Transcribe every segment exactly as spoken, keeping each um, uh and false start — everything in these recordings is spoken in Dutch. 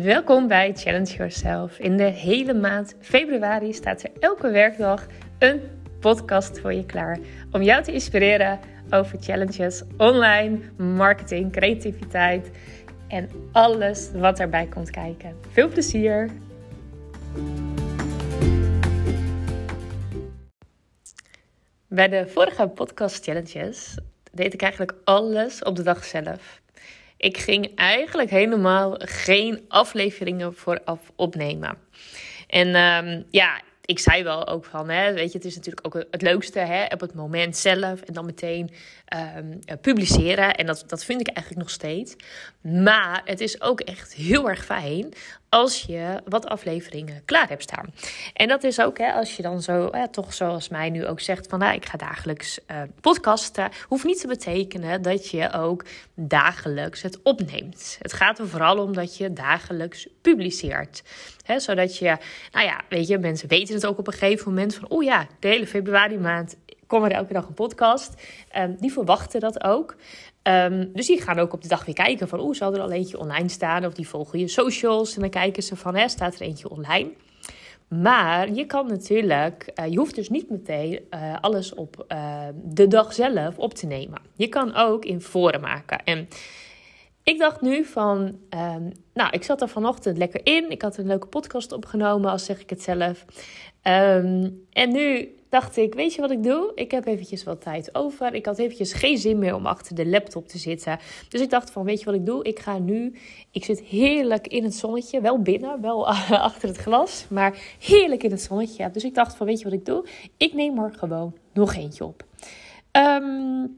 Welkom bij Challenge Yourself. In de hele maand februari staat er elke werkdag een podcast voor je klaar om jou te inspireren over challenges, online, marketing, creativiteit en alles wat erbij komt kijken. Veel plezier! Bij de vorige podcast challenges deed ik eigenlijk alles op de dag zelf. Ik ging eigenlijk helemaal geen afleveringen vooraf opnemen. En um, ja, ik zei wel ook van, hè, weet je, het is natuurlijk ook het leukste hè, op het moment zelf en dan meteen um, publiceren. En dat, dat vind ik eigenlijk nog steeds. Maar het is ook echt heel erg fijn als je wat afleveringen klaar hebt staan. En dat is ook hè, als je dan zo, hè, toch zoals mij nu ook zegt van, nou, ik ga dagelijks uh, podcasten. Hoeft niet te betekenen dat je ook dagelijks het opneemt. Het gaat er vooral om dat je dagelijks publiceert. Hè, zodat je, nou ja, weet je, mensen weten het ook op een gegeven moment van, oh ja, de hele februari maand komt er elke dag een podcast. Um, die verwachten dat ook. Um, dus die gaan ook op de dag weer kijken van, oeh, zal er al eentje online staan? Of die volgen je socials en dan kijken ze van, hè, staat er eentje online? Maar je kan natuurlijk, uh, je hoeft dus niet meteen uh, alles op uh, de dag zelf op te nemen. Je kan ook in voren maken. En ik dacht nu van, um, nou, ik zat er vanochtend lekker in. Ik had een leuke podcast opgenomen, als zeg ik het zelf. Um, en nu dacht ik, weet je wat ik doe? Ik heb eventjes wat tijd over. Ik had eventjes geen zin meer om achter de laptop te zitten. Dus ik dacht van, weet je wat ik doe? Ik ga nu, ik zit heerlijk in het zonnetje. Wel binnen, wel achter het glas, maar heerlijk in het zonnetje. Dus ik dacht van, weet je wat ik doe? Ik neem er gewoon nog eentje op. Um,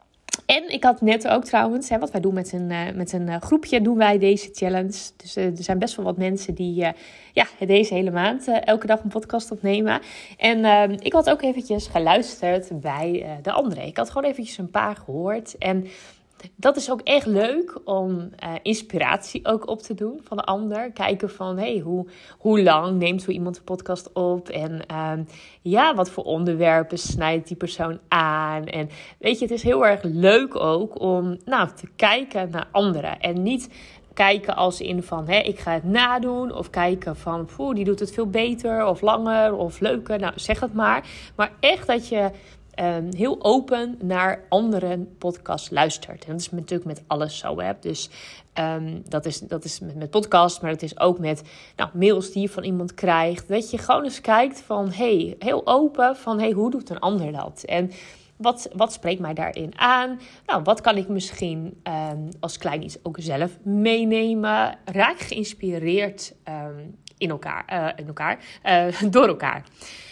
En ik had net ook trouwens, hè, wat wij doen met een, uh, met een uh, groepje, doen wij deze challenge. Dus uh, er zijn best wel wat mensen die uh, ja, deze hele maand uh, elke dag een podcast opnemen. En uh, ik had ook eventjes geluisterd bij uh, de anderen. Ik had gewoon eventjes een paar gehoord. En dat is ook echt leuk om uh, inspiratie ook op te doen van de ander. Kijken van, hey, hoe, hoe lang neemt zo iemand een podcast op? En uh, ja, wat voor onderwerpen snijdt die persoon aan? En weet je, het is heel erg leuk ook om nou, te kijken naar anderen. En niet kijken als in van, hè, ik ga het nadoen. Of kijken van, poeh, die doet het veel beter of langer of leuker. Nou, zeg het maar. Maar echt dat je Um, heel open naar andere podcasts luistert. En dat is natuurlijk met alles zo. Hè? Dus um, dat is, dat is met, met podcasts, maar het is ook met nou, mails die je van iemand krijgt. Dat je gewoon eens kijkt van, hey, heel open van, hey, hoe doet een ander dat? En wat, wat spreekt mij daarin aan? Nou, wat kan ik misschien um, als klein iets ook zelf meenemen? Raak geïnspireerd um, in elkaar, uh, in elkaar uh, door elkaar.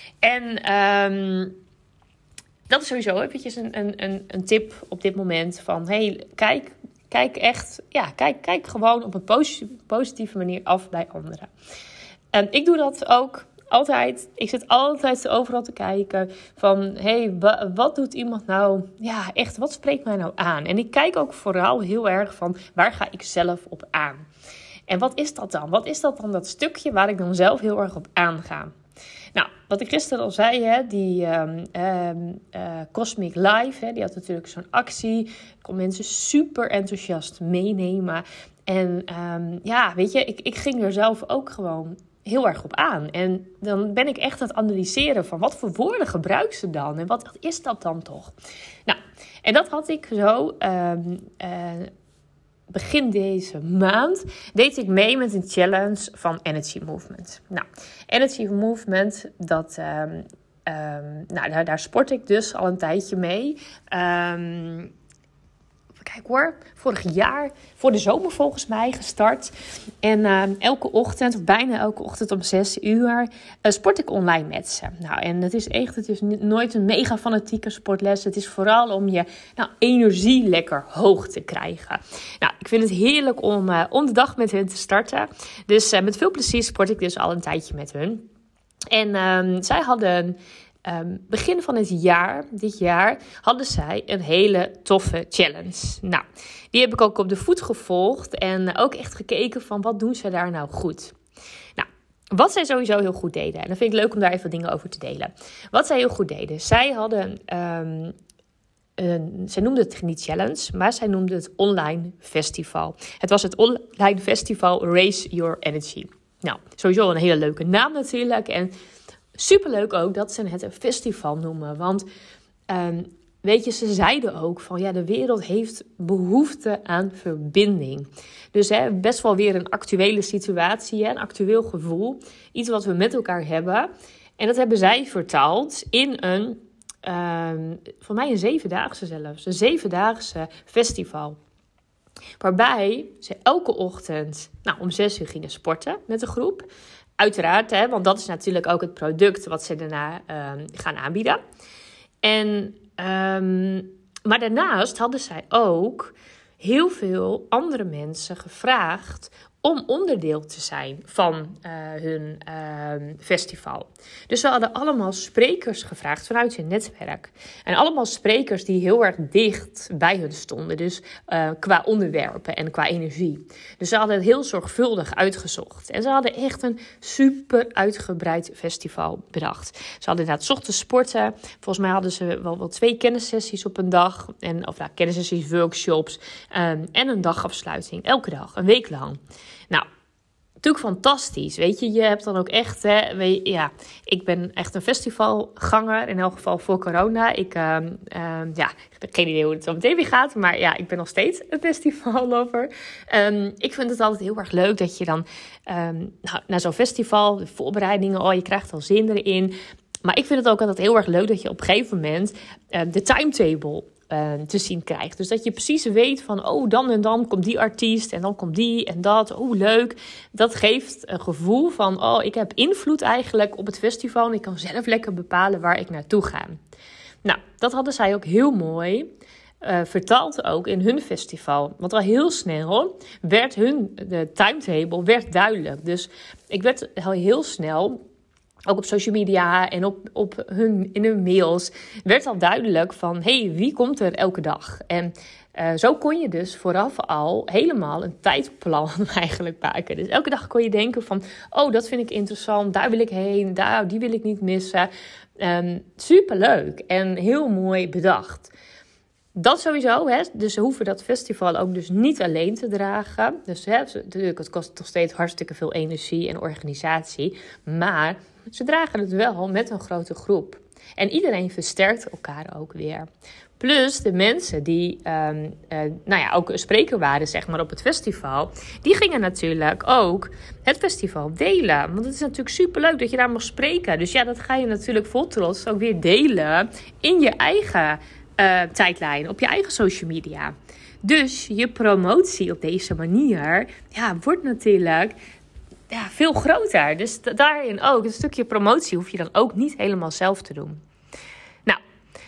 En Um, dat is sowieso eventjes een, een, een, een tip op dit moment van, hey, kijk, kijk echt, ja, kijk, kijk gewoon op een positieve, positieve manier af bij anderen. En ik doe dat ook altijd. Ik zit altijd overal te kijken van, hey, wa, wat doet iemand nou, ja, echt, wat spreekt mij nou aan? En ik kijk ook vooral heel erg van, waar ga ik zelf op aan? En wat is dat dan? Wat is dat dan, dat stukje waar ik dan zelf heel erg op aanga? Nou, wat ik gisteren al zei, hè, die um, um, uh, Cosmic Live, hè, die had natuurlijk zo'n actie. Ik kon mensen super enthousiast meenemen. En um, ja, weet je, ik, ik ging er zelf ook gewoon heel erg op aan. En dan ben ik echt aan het analyseren van, wat voor woorden gebruikt ze dan? En wat, wat is dat dan toch? Nou, en dat had ik zo Um, uh, begin deze maand deed ik mee met een challenge van Energy Movement. Nou, Energy Movement, dat, um, um, nou, daar, daar sport ik dus al een tijdje mee. Um, Kijk hoor, vorig jaar, voor de zomer volgens mij, gestart. En uh, elke ochtend, of bijna elke ochtend om zes uur, uh, sport ik online met ze. Nou, en het is echt, het is nooit een mega fanatieke sportles. Het is vooral om je nou, energie lekker hoog te krijgen. Nou, ik vind het heerlijk om, uh, om de dag met hun te starten. Dus uh, met veel plezier sport ik dus al een tijdje met hun. En uh, zij hadden Um, begin van het jaar, dit jaar, hadden zij een hele toffe challenge. Nou, die heb ik ook op de voet gevolgd en ook echt gekeken van, wat doen ze daar nou goed? Nou, wat zij sowieso heel goed deden, en dan vind ik leuk om daar even dingen over te delen. Wat zij heel goed deden, zij hadden um, een, zij noemde het niet challenge, maar zij noemde het online festival. Het was het online festival Raise Your Energy. Nou, sowieso een hele leuke naam natuurlijk. En superleuk ook dat ze het een festival noemen. Want um, weet je, ze zeiden ook van ja, de wereld heeft behoefte aan verbinding. Dus hè, best wel weer een actuele situatie, hè, een actueel gevoel. Iets wat we met elkaar hebben. En dat hebben zij vertaald in een, um, voor mij een zevendaagse zelfs. Een zevendaagse festival. Waarbij ze elke ochtend nou, om zes uur gingen sporten met de groep. Uiteraard, hè, want dat is natuurlijk ook het product wat ze daarna um, gaan aanbieden. En, um, maar daarnaast hadden zij ook heel veel andere mensen gevraagd om onderdeel te zijn van uh, hun uh, festival. Dus ze hadden allemaal sprekers gevraagd vanuit hun netwerk. En allemaal sprekers die heel erg dicht bij hun stonden. Dus uh, qua onderwerpen en qua energie. Dus ze hadden het heel zorgvuldig uitgezocht. En ze hadden echt een super uitgebreid festival bedacht. Ze hadden inderdaad 's ochtends sporten. Volgens mij hadden ze wel, wel twee kennissessies op een dag. En, of nou, kennissessies, workshops. Um, en een dagafsluiting. Elke dag, een week lang. Nou, natuurlijk fantastisch. Weet je, je hebt dan ook echt, hè, weet je, ja, ik ben echt een festivalganger, in elk geval voor corona. Ik, uh, uh, ja, ik heb geen idee hoe het zo meteen weer gaat, maar ja, ik ben nog steeds een festivallover. Um, ik vind het altijd heel erg leuk dat je dan um, nou, naar zo'n festival, de voorbereidingen, oh, je krijgt al zin erin. Maar ik vind het ook altijd heel erg leuk dat je op een gegeven moment uh, de timetable Uh, te zien krijgt. Dus dat je precies weet van, oh, dan en dan komt die artiest en dan komt die en dat. Oh, leuk. Dat geeft een gevoel van, oh, ik heb invloed eigenlijk op het festival en ik kan zelf lekker bepalen waar ik naartoe ga. Nou, dat hadden zij ook heel mooi uh, vertaald ook in hun festival. Want al heel snel werd hun, de timetable werd duidelijk. Dus ik werd al heel snel, ook op social media en op, op hun, in hun mails, werd al duidelijk van, hey, wie komt er elke dag? En uh, zo kon je dus vooraf al helemaal een tijdplan eigenlijk maken. Dus elke dag kon je denken van, oh, dat vind ik interessant, daar wil ik heen, daar, die wil ik niet missen. Um, superleuk en heel mooi bedacht. Dat sowieso, hè. Dus ze hoeven dat festival ook dus niet alleen te dragen. Dus hè, natuurlijk, het kost nog steeds hartstikke veel energie en organisatie. Maar ze dragen het wel met een grote groep. En iedereen versterkt elkaar ook weer. Plus de mensen die um, uh, nou ja, ook een spreker waren, zeg maar, op het festival, die gingen natuurlijk ook het festival delen. Want het is natuurlijk superleuk dat je daar mag spreken. Dus ja, dat ga je natuurlijk vol trots ook weer delen in je eigen uh, tijdlijn, op je eigen social media. Dus je promotie op deze manier, ja, wordt natuurlijk ja, veel groter. Dus daarin ook, een stukje promotie hoef je dan ook niet helemaal zelf te doen. Nou,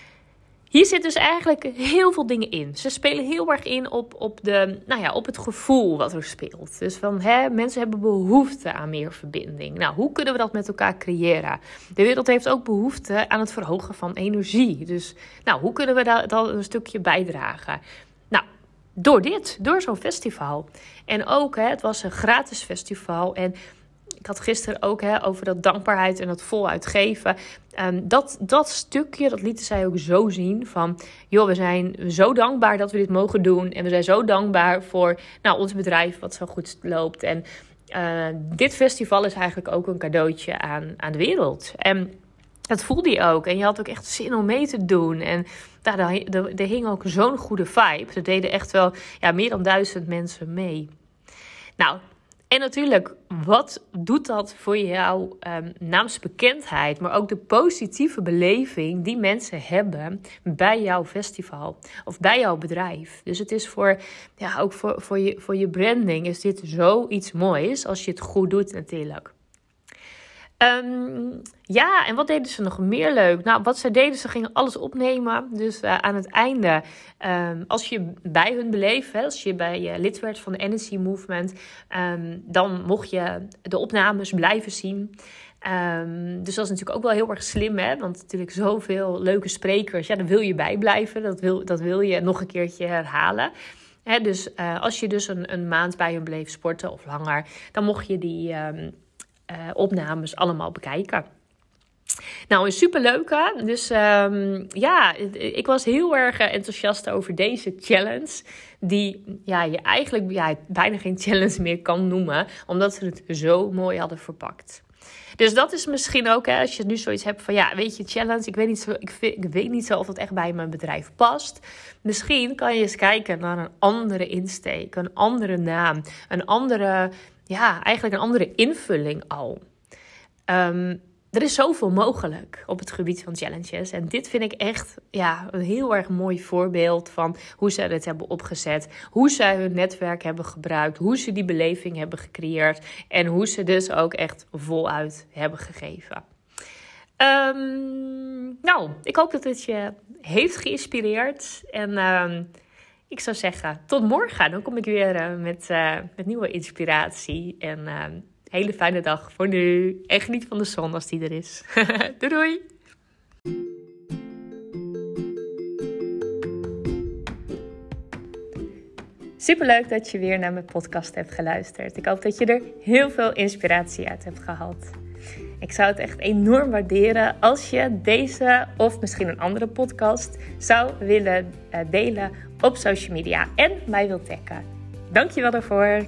hier zit dus eigenlijk heel veel dingen in. Ze spelen heel erg in op, op, de, nou ja, op het gevoel wat er speelt. Dus van, hè, mensen hebben behoefte aan meer verbinding. Nou, hoe kunnen we dat met elkaar creëren? De wereld heeft ook behoefte aan het verhogen van energie. Dus nou, hoe kunnen we dat, dat een stukje bijdragen? Nou, door dit, door zo'n festival. En ook, hè, het was een gratis festival. En ik had gisteren ook hè, over dat dankbaarheid en dat voluit geven. Um, dat, dat stukje, dat lieten zij ook zo zien van, joh, we zijn zo dankbaar dat we dit mogen doen. En we zijn zo dankbaar voor nou, ons bedrijf wat zo goed loopt. En uh, dit festival is eigenlijk ook een cadeautje aan, aan de wereld. En dat voelde je ook. En je had ook echt zin om mee te doen. En nou, er, er, er hing ook zo'n goede vibe. Er deden echt wel ja, meer dan duizend mensen mee. Nou, en natuurlijk, wat doet dat voor jouw um, naamsbekendheid, maar ook de positieve beleving die mensen hebben bij jouw festival of bij jouw bedrijf. Dus het is voor, ja, ook voor, voor, je, voor je branding is dit zoiets moois als je het goed doet natuurlijk. Um, ja, en wat deden ze nog meer leuk? Nou, wat ze deden, ze gingen alles opnemen. Dus uh, aan het einde, um, als je bij hun beleef, hè, als je bij uh, lid werd van de Energy Movement, um, dan mocht je de opnames blijven zien. Um, dus dat is natuurlijk ook wel heel erg slim, hè? Want natuurlijk zoveel leuke sprekers, ja, daar wil je bij blijven. Dat wil, dat wil je nog een keertje herhalen. Hè, dus uh, als je dus een, een maand bij hun bleef sporten of langer, dan mocht je die Um, Uh, opnames allemaal bekijken. Nou, een superleuke. Dus um, ja, ik was heel erg enthousiast over deze challenge. Die ja, je eigenlijk ja, bijna geen challenge meer kan noemen. Omdat ze het zo mooi hadden verpakt. Dus dat is misschien ook, hè, als je nu zoiets hebt van, ja, weet je, challenge, ik weet niet zo, ik, vind, ik weet niet zo of dat echt bij mijn bedrijf past. Misschien kan je eens kijken naar een andere insteek, een andere naam, een andere, ja, eigenlijk een andere invulling al. Um, er is zoveel mogelijk op het gebied van challenges. En dit vind ik echt ja, een heel erg mooi voorbeeld van hoe ze het hebben opgezet. Hoe ze hun netwerk hebben gebruikt. Hoe ze die beleving hebben gecreëerd. En hoe ze dus ook echt voluit hebben gegeven. Um, nou, ik hoop dat het je heeft geïnspireerd. En um, ik zou zeggen, tot morgen. Dan kom ik weer uh, met, uh, met nieuwe inspiratie. En uh, hele fijne dag voor nu. En geniet van de zon als die er is. Doei doei! Superleuk dat je weer naar mijn podcast hebt geluisterd. Ik hoop dat je er heel veel inspiratie uit hebt gehaald. Ik zou het echt enorm waarderen als je deze of misschien een andere podcast zou willen delen op social media en mij wilt taggen. Dank je wel daarvoor.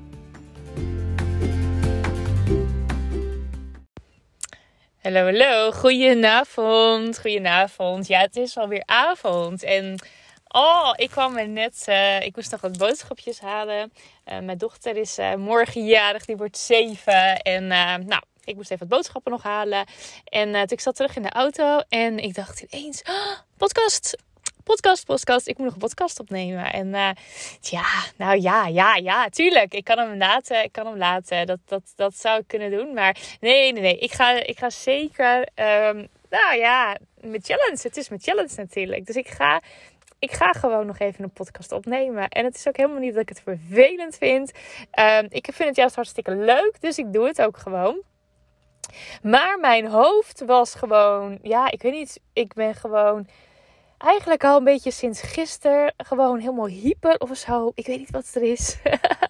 Hallo, hallo. Goedenavond. Goedenavond. Ja, het is alweer avond. En oh, ik kwam er net... Uh, ik moest nog wat boodschapjes halen. Uh, mijn dochter is uh, morgen jarig. Die wordt zeven. En uh, nou, ik moest even wat boodschappen nog halen. En uh, toen ik zat terug in de auto. En ik dacht ineens... Oh, podcast! Podcast, podcast. Ik moet nog een podcast opnemen. En uh, ja, nou ja, ja, ja, tuurlijk. Ik kan hem laten. Ik kan hem laten. Dat, dat, dat zou ik kunnen doen. Maar nee, nee, nee. Ik ga, ik ga zeker... Um, nou ja, met challenge. Het is met challenge natuurlijk. Dus ik ga... Ik ga gewoon nog even een podcast opnemen. En het is ook helemaal niet dat ik het vervelend vind. Um, ik vind het juist hartstikke leuk. Dus ik doe het ook gewoon. Maar mijn hoofd was gewoon... Ja, ik weet niet. Ik ben gewoon... Eigenlijk al een beetje sinds gisteren gewoon helemaal hyper of zo. Ik weet niet wat er is.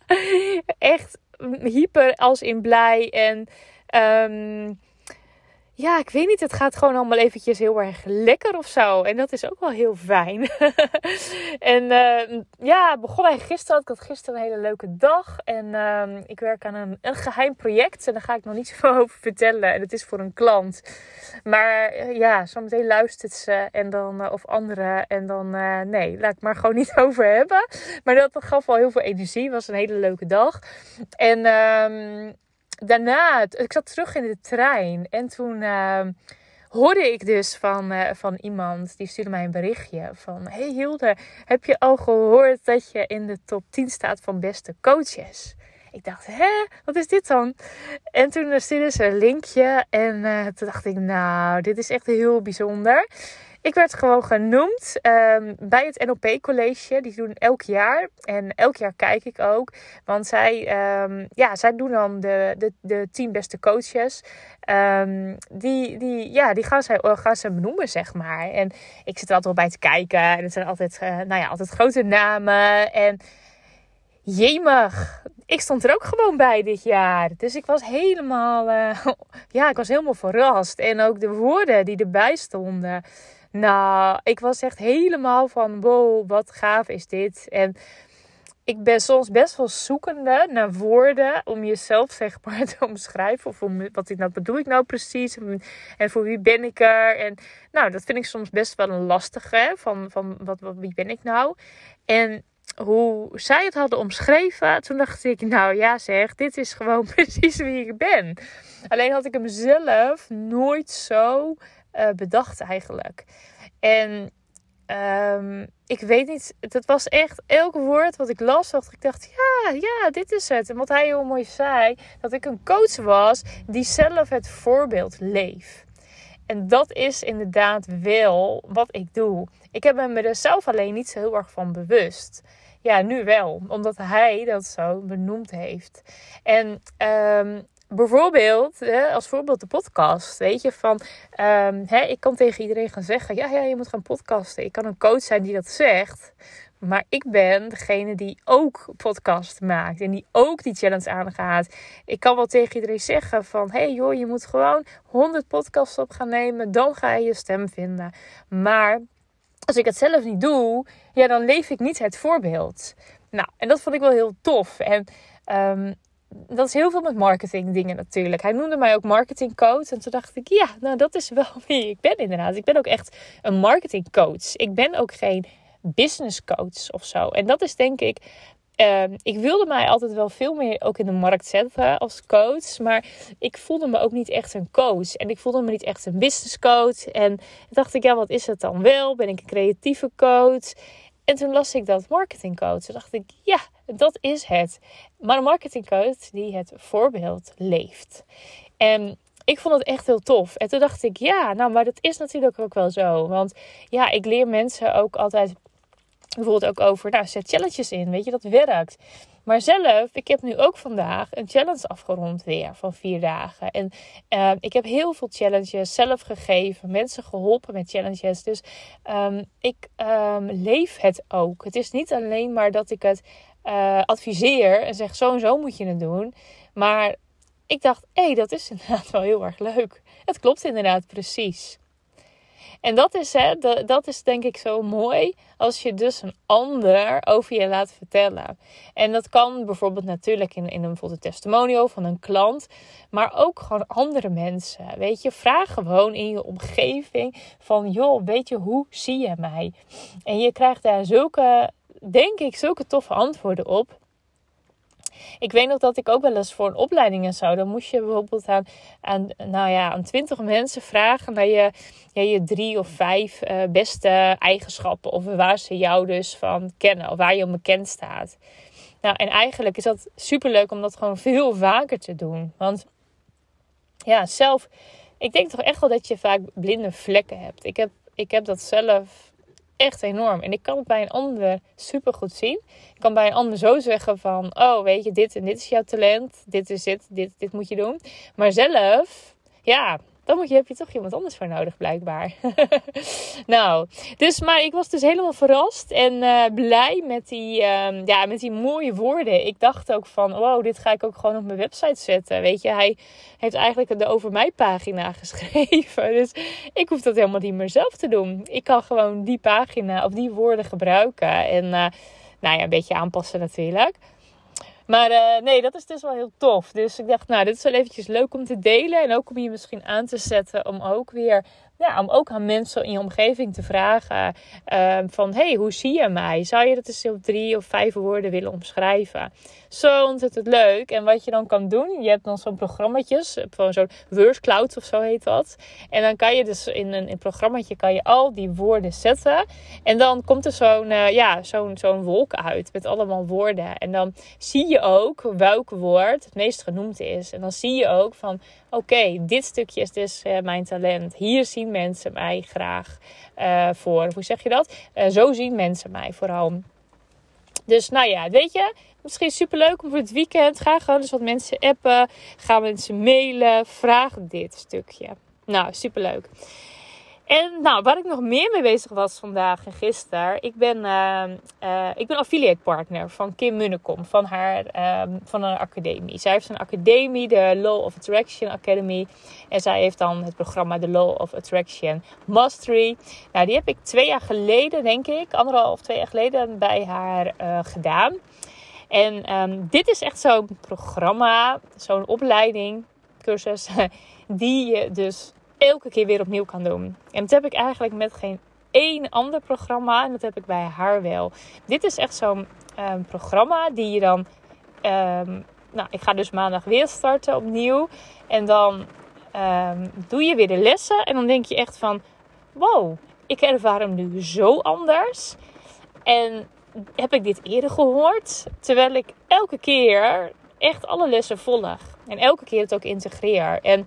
Echt hyper als in blij. En um, ja, ik weet niet. Het gaat gewoon allemaal eventjes heel erg lekker of zo. En dat is ook wel heel fijn. En uh, ja, begon eigenlijk gisteren. Ik had gisteren een hele leuke dag. En uh, ik werk aan een, een geheim project. En daar ga ik nog niet zoveel over vertellen. En het is voor een klant. Maar uh, ja, zometeen luistert ze. En dan, uh, of anderen. En dan, uh, nee, laat ik maar gewoon niet over hebben. Maar dat gaf wel heel veel energie. Het was een hele leuke dag. En... Uh, Daarna, ik zat terug in de trein en toen uh, hoorde ik dus van, uh, van iemand, die stuurde mij een berichtje van... Hey Hilde, heb je al gehoord dat je in de top tien staat van beste coaches? Ik dacht, hè, wat is dit dan? En toen stuurde ze een linkje en uh, toen dacht ik, nou, dit is echt heel bijzonder. Ik werd gewoon genoemd um, bij het N L P-college. Die doen elk jaar. En elk jaar kijk ik ook. Want zij, um, ja, zij doen dan de, de, de tien beste coaches. Um, die, die, ja, die gaan zij, gaan zij benoemen, zeg maar. En ik zit er altijd wel bij te kijken. En het zijn altijd, uh, nou ja, altijd grote namen. En jemig, ik stond er ook gewoon bij dit jaar. Dus ik was helemaal, uh, ja, ik was helemaal verrast. En ook de woorden die erbij stonden... Nou, ik was echt helemaal van, wow, wat gaaf is dit. En ik ben soms best wel zoekende naar woorden om jezelf, zeg maar, te omschrijven. Of om, wat, wat bedoel ik nou precies? En voor wie ben ik er? En nou, dat vind ik soms best wel een lastige. Van, van wat, wat, wie ben ik nou? En hoe zij het hadden omschreven, toen dacht ik, nou ja zeg, dit is gewoon precies wie ik ben. Alleen had ik hem zelf nooit zo... Uh, bedacht eigenlijk. En um, ik weet niet, het was echt elk woord wat ik las, dacht ik dacht, ja, ja, dit is het. En wat hij heel mooi zei, dat ik een coach was die zelf het voorbeeld leeft. En dat is inderdaad wel wat ik doe. Ik heb me er zelf alleen niet zo heel erg van bewust. Ja, nu wel, omdat hij dat zo benoemd heeft. En um, bijvoorbeeld, hè, als voorbeeld de podcast, weet je, van, um, hè, ik kan tegen iedereen gaan zeggen, ja, ja, je moet gaan podcasten. Ik kan een coach zijn die dat zegt, Maar ik ben degene die ook podcast maakt. En die ook die challenge aangaat. Ik kan wel tegen iedereen zeggen van... Hé hey joh, je moet gewoon honderd podcasts op gaan nemen. Dan ga je je stem vinden. Maar als ik het zelf niet doe... Ja, dan leef ik niet het voorbeeld. Nou, en dat vond ik wel heel tof. En... Um, dat is heel veel met marketing dingen natuurlijk. Hij noemde mij ook marketingcoach. En toen dacht ik, ja, nou dat is wel wie ik ben inderdaad. Ik ben ook echt een marketingcoach. Ik ben ook geen business coach of zo. En dat is denk ik... Uh, ik wilde mij altijd wel veel meer ook in de markt zetten als coach. Maar ik voelde me ook niet echt een coach. En ik voelde me niet echt een business coach. En dacht ik, ja, wat is het dan wel? Ben ik een creatieve coach? En toen las ik dat marketingcoach. Toen dacht ik, ja, dat is het. Maar een marketingcoach die het voorbeeld leeft. En ik vond het echt heel tof. En toen dacht ik, ja, nou, maar dat is natuurlijk ook wel zo. Want ja, ik leer mensen ook altijd bijvoorbeeld ook over, nou, zet challenges in. Weet je, dat werkt. Maar zelf, ik heb nu ook vandaag een challenge afgerond weer van vier dagen. En uh, ik heb heel veel challenges zelf gegeven. Mensen geholpen met challenges. Dus um, ik um, leef het ook. Het is niet alleen maar dat ik het uh, adviseer en zeg zo en zo moet je het doen. Maar ik dacht, hé, hey, dat is inderdaad wel heel erg leuk. Het klopt inderdaad precies. En dat is, hè, dat is denk ik zo mooi als je dus een ander over je laat vertellen. En dat kan bijvoorbeeld natuurlijk in, in een, bijvoorbeeld een testimonial van een klant. Maar ook gewoon andere mensen. Weet je, vraag gewoon in je omgeving van joh, weet je, hoe zie je mij? En je krijgt daar zulke, denk ik, zulke toffe antwoorden op. Ik weet nog dat ik ook wel eens voor een opleiding en zo. Dan moest je bijvoorbeeld aan, aan, nou ja, aan twintig mensen vragen naar je, ja, je drie of vijf uh, beste eigenschappen. Of waar ze jou dus van kennen. Of waar je om bekend staat. Nou, en eigenlijk is dat superleuk om dat gewoon veel vaker te doen. Want ja, zelf, ik denk toch echt wel dat je vaak blinde vlekken hebt. Ik heb, ik heb dat zelf echt enorm. En ik kan het bij een ander super goed zien. Ik kan bij een ander zo zeggen van, oh weet je, dit en dit is jouw talent. Dit is het, dit, dit moet je doen. Maar zelf, ja, dan moet je, heb je toch iemand anders voor nodig blijkbaar. nou, dus, maar ik was dus helemaal verrast en uh, blij met die, uh, ja, met die mooie woorden. Ik dacht ook van, wow, dit ga ik ook gewoon op mijn website zetten. Weet je, hij heeft eigenlijk de Over Mij pagina geschreven. Dus ik hoef dat helemaal niet meer zelf te doen. Ik kan gewoon die pagina of die woorden gebruiken. En uh, nou ja, een beetje aanpassen natuurlijk. Maar uh, nee, dat is dus wel heel tof. Dus ik dacht, nou, dit is wel eventjes leuk om te delen. En ook om je misschien aan te zetten om ook weer, ja, om ook aan mensen in je omgeving te vragen. Uh, van, hey, hoe zie je mij? Zou je dat eens op drie of vijf woorden willen omschrijven? Zo ontzettend leuk. En wat je dan kan doen, je hebt dan zo'n programmaatjes, gewoon zo'n Wordcloud of zo heet dat. En dan kan je dus in een, in een programmaatje kan je al die woorden zetten. En dan komt er zo'n, uh, ja, zo'n, zo'n wolk uit met allemaal woorden. En dan zie je ook welk woord het meest genoemd is. En dan zie je ook van, oké, okay, dit stukje is dus uh, mijn talent. Hier zien mensen mij graag uh, voor. Hoe zeg je dat? Uh, zo zien mensen mij vooral. Dus nou ja, weet je, misschien superleuk om voor het weekend. Ga gewoon eens wat mensen appen. Ga mensen mailen. Vraag dit stukje. Nou, superleuk. En nou, waar ik nog meer mee bezig was vandaag en gisteren. Ik ben, uh, uh, ik ben affiliate partner van Kim Munnekom. Van haar, uh, van haar academie. Zij heeft een academie, de Law of Attraction Academy. En zij heeft dan het programma de Law of Attraction Mastery. Nou, die heb ik twee jaar geleden, denk ik. Anderhalf of twee jaar geleden bij haar uh, gedaan. En um, dit is echt zo'n programma, zo'n opleiding, cursus, die je dus elke keer weer opnieuw kan doen. En dat heb ik eigenlijk met geen één ander programma. En dat heb ik bij haar wel. Dit is echt zo'n um, programma die je dan... Um, nou, ik ga dus maandag weer starten opnieuw. En dan um, doe je weer de lessen. En dan denk je echt van... Wow, ik ervaar hem nu zo anders. En heb ik dit eerder gehoord? Terwijl ik elke keer echt alle lessen volg. En elke keer het ook integreer. En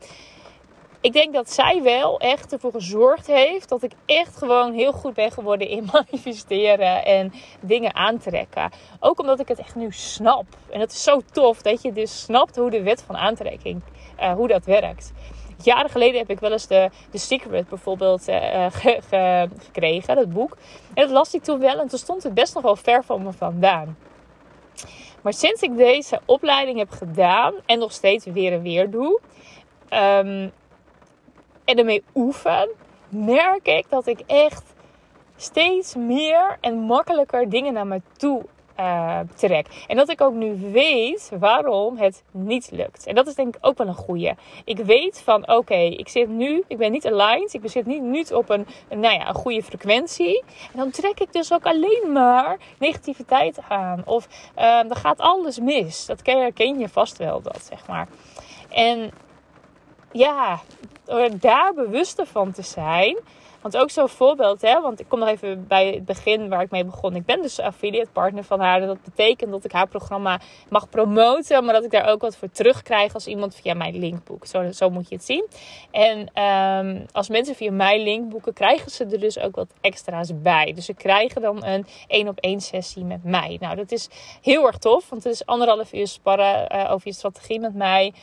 ik denk dat zij wel echt ervoor gezorgd heeft dat ik echt gewoon heel goed ben geworden in manifesteren en dingen aantrekken. Ook omdat ik het echt nu snap. En het is zo tof dat je dus snapt hoe de wet van aantrekking, uh, hoe dat werkt. Jaren geleden heb ik wel eens de, de Secret bijvoorbeeld uh, ge, ge, gekregen, dat boek. En dat las ik toen wel en toen stond het best nog wel ver van me vandaan. Maar sinds ik deze opleiding heb gedaan en nog steeds weer en weer doe um, en ermee oefen, merk ik dat ik echt steeds meer en makkelijker dingen naar me toe uh, trek. En dat ik ook nu weet waarom het niet lukt. En dat is denk ik ook wel een goeie. Ik weet van oké, okay, ik zit nu, ik ben niet aligned. Ik zit niet, niet op een, een, nou ja, een goede frequentie. En dan trek ik dus ook alleen maar negativiteit aan. Of uh, dan gaat alles mis. Dat ken, ken je vast wel, dat zeg maar. En ja, door daar bewuster van te zijn. Want ook zo'n voorbeeld, hè, want ik kom nog even bij het begin waar ik mee begon. Ik ben dus affiliate partner van haar. Dat betekent dat ik haar programma mag promoten, maar dat ik daar ook wat voor terugkrijg als iemand via mijn link boekt. Zo, zo moet je het zien. En um, als mensen via mijn link boeken, krijgen ze er dus ook wat extra's bij. Dus ze krijgen dan een één op één sessie met mij. Nou, dat is heel erg tof, want het is anderhalf uur sparren uh, over je strategie met mij.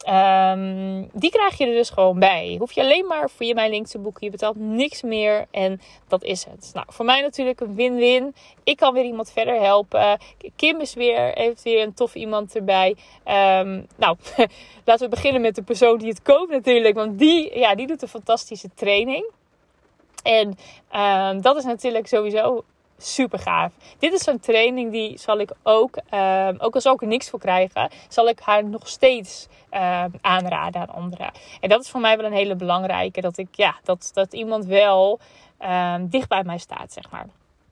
Um, die krijg je er dus gewoon bij. Hoef je alleen maar via mijn link te boeken. Je betaalt niks meer en dat is het. Nou, voor mij natuurlijk een win-win. Ik kan weer iemand verder helpen. Kim is weer, heeft weer een tof iemand erbij. Um, nou, laten we beginnen met de persoon die het koopt natuurlijk. Want die, ja, die doet een fantastische training. En um, dat is natuurlijk sowieso super gaaf. Dit is zo'n training die zal ik ook, um, ook al zal ik er niks voor krijgen, zal ik haar nog steeds um, aanraden aan anderen. En dat is voor mij wel een hele belangrijke, dat ik, ja, dat, dat iemand wel um, dicht bij mij staat, zeg maar.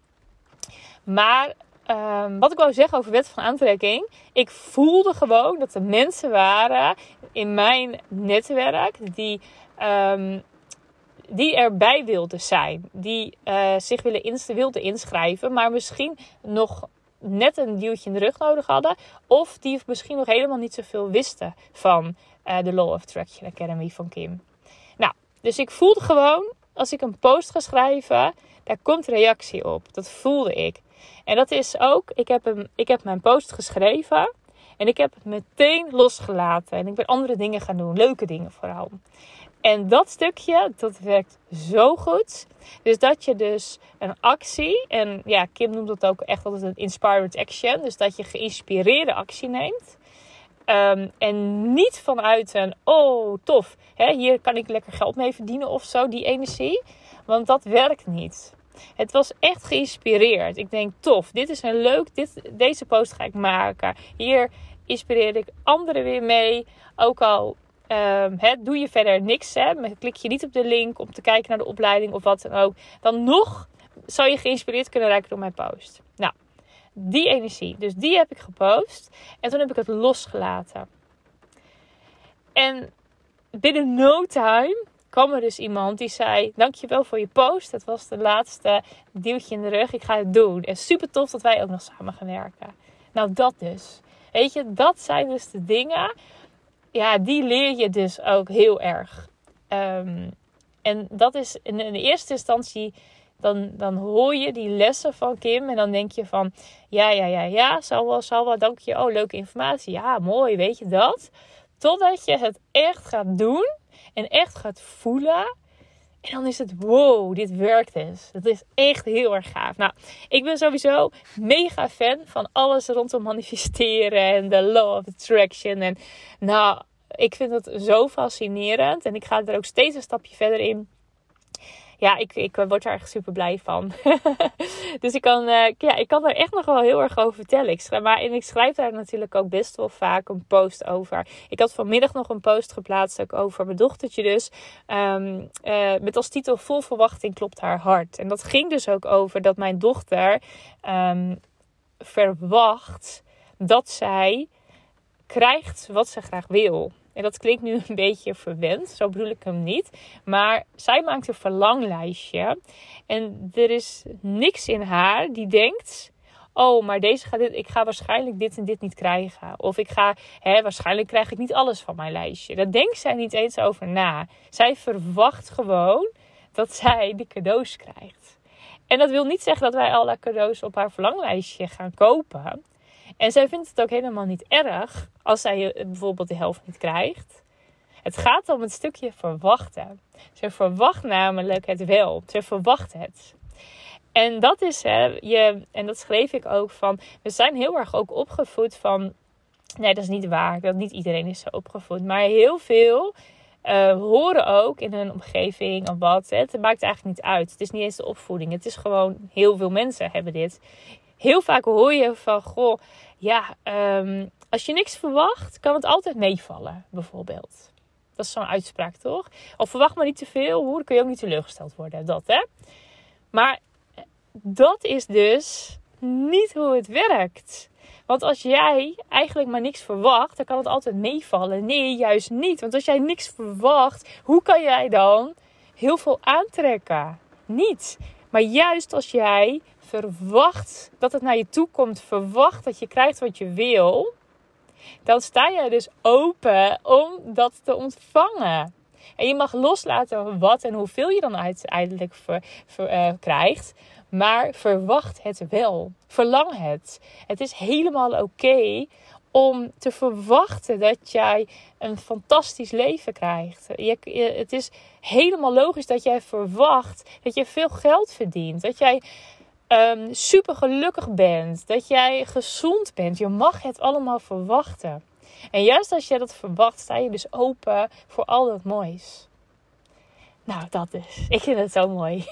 Maar um, wat ik wou zeggen over wet van aantrekking, ik voelde gewoon dat er mensen waren in mijn netwerk die um, die erbij wilden zijn. Die uh, zich willen inst- wilden inschrijven. Maar misschien nog net een duwtje in de rug nodig hadden. Of die misschien nog helemaal niet zoveel wisten van uh, de Law of Attraction Academy van Kim. Nou, dus ik voelde gewoon, als ik een post ga schrijven, daar komt reactie op. Dat voelde ik. En dat is ook, ik heb, hem, ik heb mijn post geschreven. En ik heb het meteen losgelaten. En ik ben andere dingen gaan doen. Leuke dingen vooral. En dat stukje, dat werkt zo goed. Dus dat je dus een actie, en ja, Kim noemt dat ook echt altijd een inspired action. Dus dat je geïnspireerde actie neemt. Um, en niet vanuit een, oh tof, hè, hier kan ik lekker geld mee verdienen of zo, die energie. Want dat werkt niet. Het was echt geïnspireerd. Ik denk, tof, dit is een leuk, dit, deze post ga ik maken. Hier inspireer ik anderen weer mee. Ook al Um, he, doe je verder niks, hè? Maar klik je niet op de link om te kijken naar de opleiding of wat dan ook, dan nog zou je geïnspireerd kunnen raken door mijn post. Nou, die energie. Dus die heb ik gepost en toen heb ik het losgelaten. En binnen no time kwam er dus iemand die zei, dankjewel voor je post. Dat was de laatste duwtje in de rug. Ik ga het doen. En super tof dat wij ook nog samen gaan werken. Nou, dat dus. Weet je, dat zijn dus de dingen. Ja, die leer je dus ook heel erg. Um, en dat is in, in de eerste instantie, dan, dan hoor je die lessen van Kim. En dan denk je van, ja, ja, ja, ja, zal wel, zal wel, dank je. Oh, leuke informatie. Ja, mooi, weet je dat? Totdat je het echt gaat doen en echt gaat voelen. En dan is het, wow, dit werkt dus. Dat is echt heel erg gaaf. Nou, ik ben sowieso mega fan van alles rondom manifesteren en de Law of Attraction. En nou, ik vind het zo fascinerend. En ik ga er ook steeds een stapje verder in. Ja, ik, ik word er echt super blij van. Dus ik kan, uh, ja, ik kan er echt nog wel heel erg over vertellen. Ik schrijf, maar, en ik schrijf daar natuurlijk ook best wel vaak een post over. Ik had vanmiddag nog een post geplaatst ook over mijn dochtertje dus. Um, uh, met als titel Vol verwachting klopt haar hart. En dat ging dus ook over dat mijn dochter um, verwacht dat zij krijgt wat ze graag wil. En dat klinkt nu een beetje verwend. Zo bedoel ik hem niet. Maar zij maakt een verlanglijstje. En er is niks in haar die denkt, oh, maar deze gaat dit, ik ga waarschijnlijk dit en dit niet krijgen. Of ik ga, hè, waarschijnlijk krijg ik niet alles van mijn lijstje. Daar denkt zij niet eens over na. Zij verwacht gewoon dat zij de cadeaus krijgt. En dat wil niet zeggen dat wij alle cadeaus op haar verlanglijstje gaan kopen. En zij vindt het ook helemaal niet erg als zij bijvoorbeeld de helft niet krijgt. Het gaat om het stukje verwachten. Ze verwacht namelijk het wel. Ze verwacht het. En dat is, hè, je, en dat schreef ik ook van, we zijn heel erg ook opgevoed van, nee, dat is niet waar, dat niet iedereen is zo opgevoed. Maar heel veel uh, horen ook in hun omgeving of wat. Hè, het maakt eigenlijk niet uit. Het is niet eens de opvoeding. Het is gewoon, heel veel mensen hebben dit. Heel vaak hoor je van, goh, ja, um, als je niks verwacht, kan het altijd meevallen, bijvoorbeeld. Dat is zo'n uitspraak, toch? Of verwacht maar niet te veel, hoe, dan kun je ook niet teleurgesteld worden. Dat, hè? Maar dat is dus niet hoe het werkt. Want als jij eigenlijk maar niks verwacht, dan kan het altijd meevallen. Nee, juist niet. Want als jij niks verwacht, hoe kan jij dan heel veel aantrekken? Niet. Maar juist als jij verwacht dat het naar je toe komt, verwacht dat je krijgt wat je wil, dan sta jij dus open om dat te ontvangen. En je mag loslaten wat en hoeveel je dan uiteindelijk ver, ver, uh, krijgt. Maar verwacht het wel. Verlang het. Het is helemaal oké okay om te verwachten dat jij een fantastisch leven krijgt. Je, je, het is helemaal logisch dat jij verwacht dat je veel geld verdient. Dat jij um, super gelukkig bent. Dat jij gezond bent. Je mag het allemaal verwachten. En juist als je dat verwacht, sta je dus open voor al dat moois. Nou, dat dus. Ik vind het zo mooi.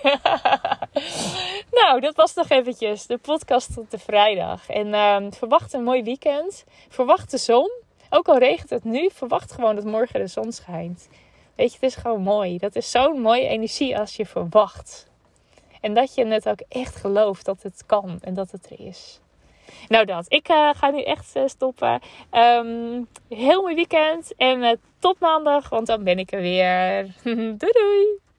Nou, dat was nog eventjes de podcast tot de vrijdag. En uh, verwacht een mooi weekend. Verwacht de zon. Ook al regent het nu, verwacht gewoon dat morgen de zon schijnt. Weet je, het is gewoon mooi. Dat is zo'n mooie energie als je verwacht. En dat je het ook echt gelooft dat het kan en dat het er is. Nou dat, ik uh, ga nu echt uh, stoppen. Um, heel mooi weekend en uh, tot maandag, want dan ben ik er weer. Doei doei!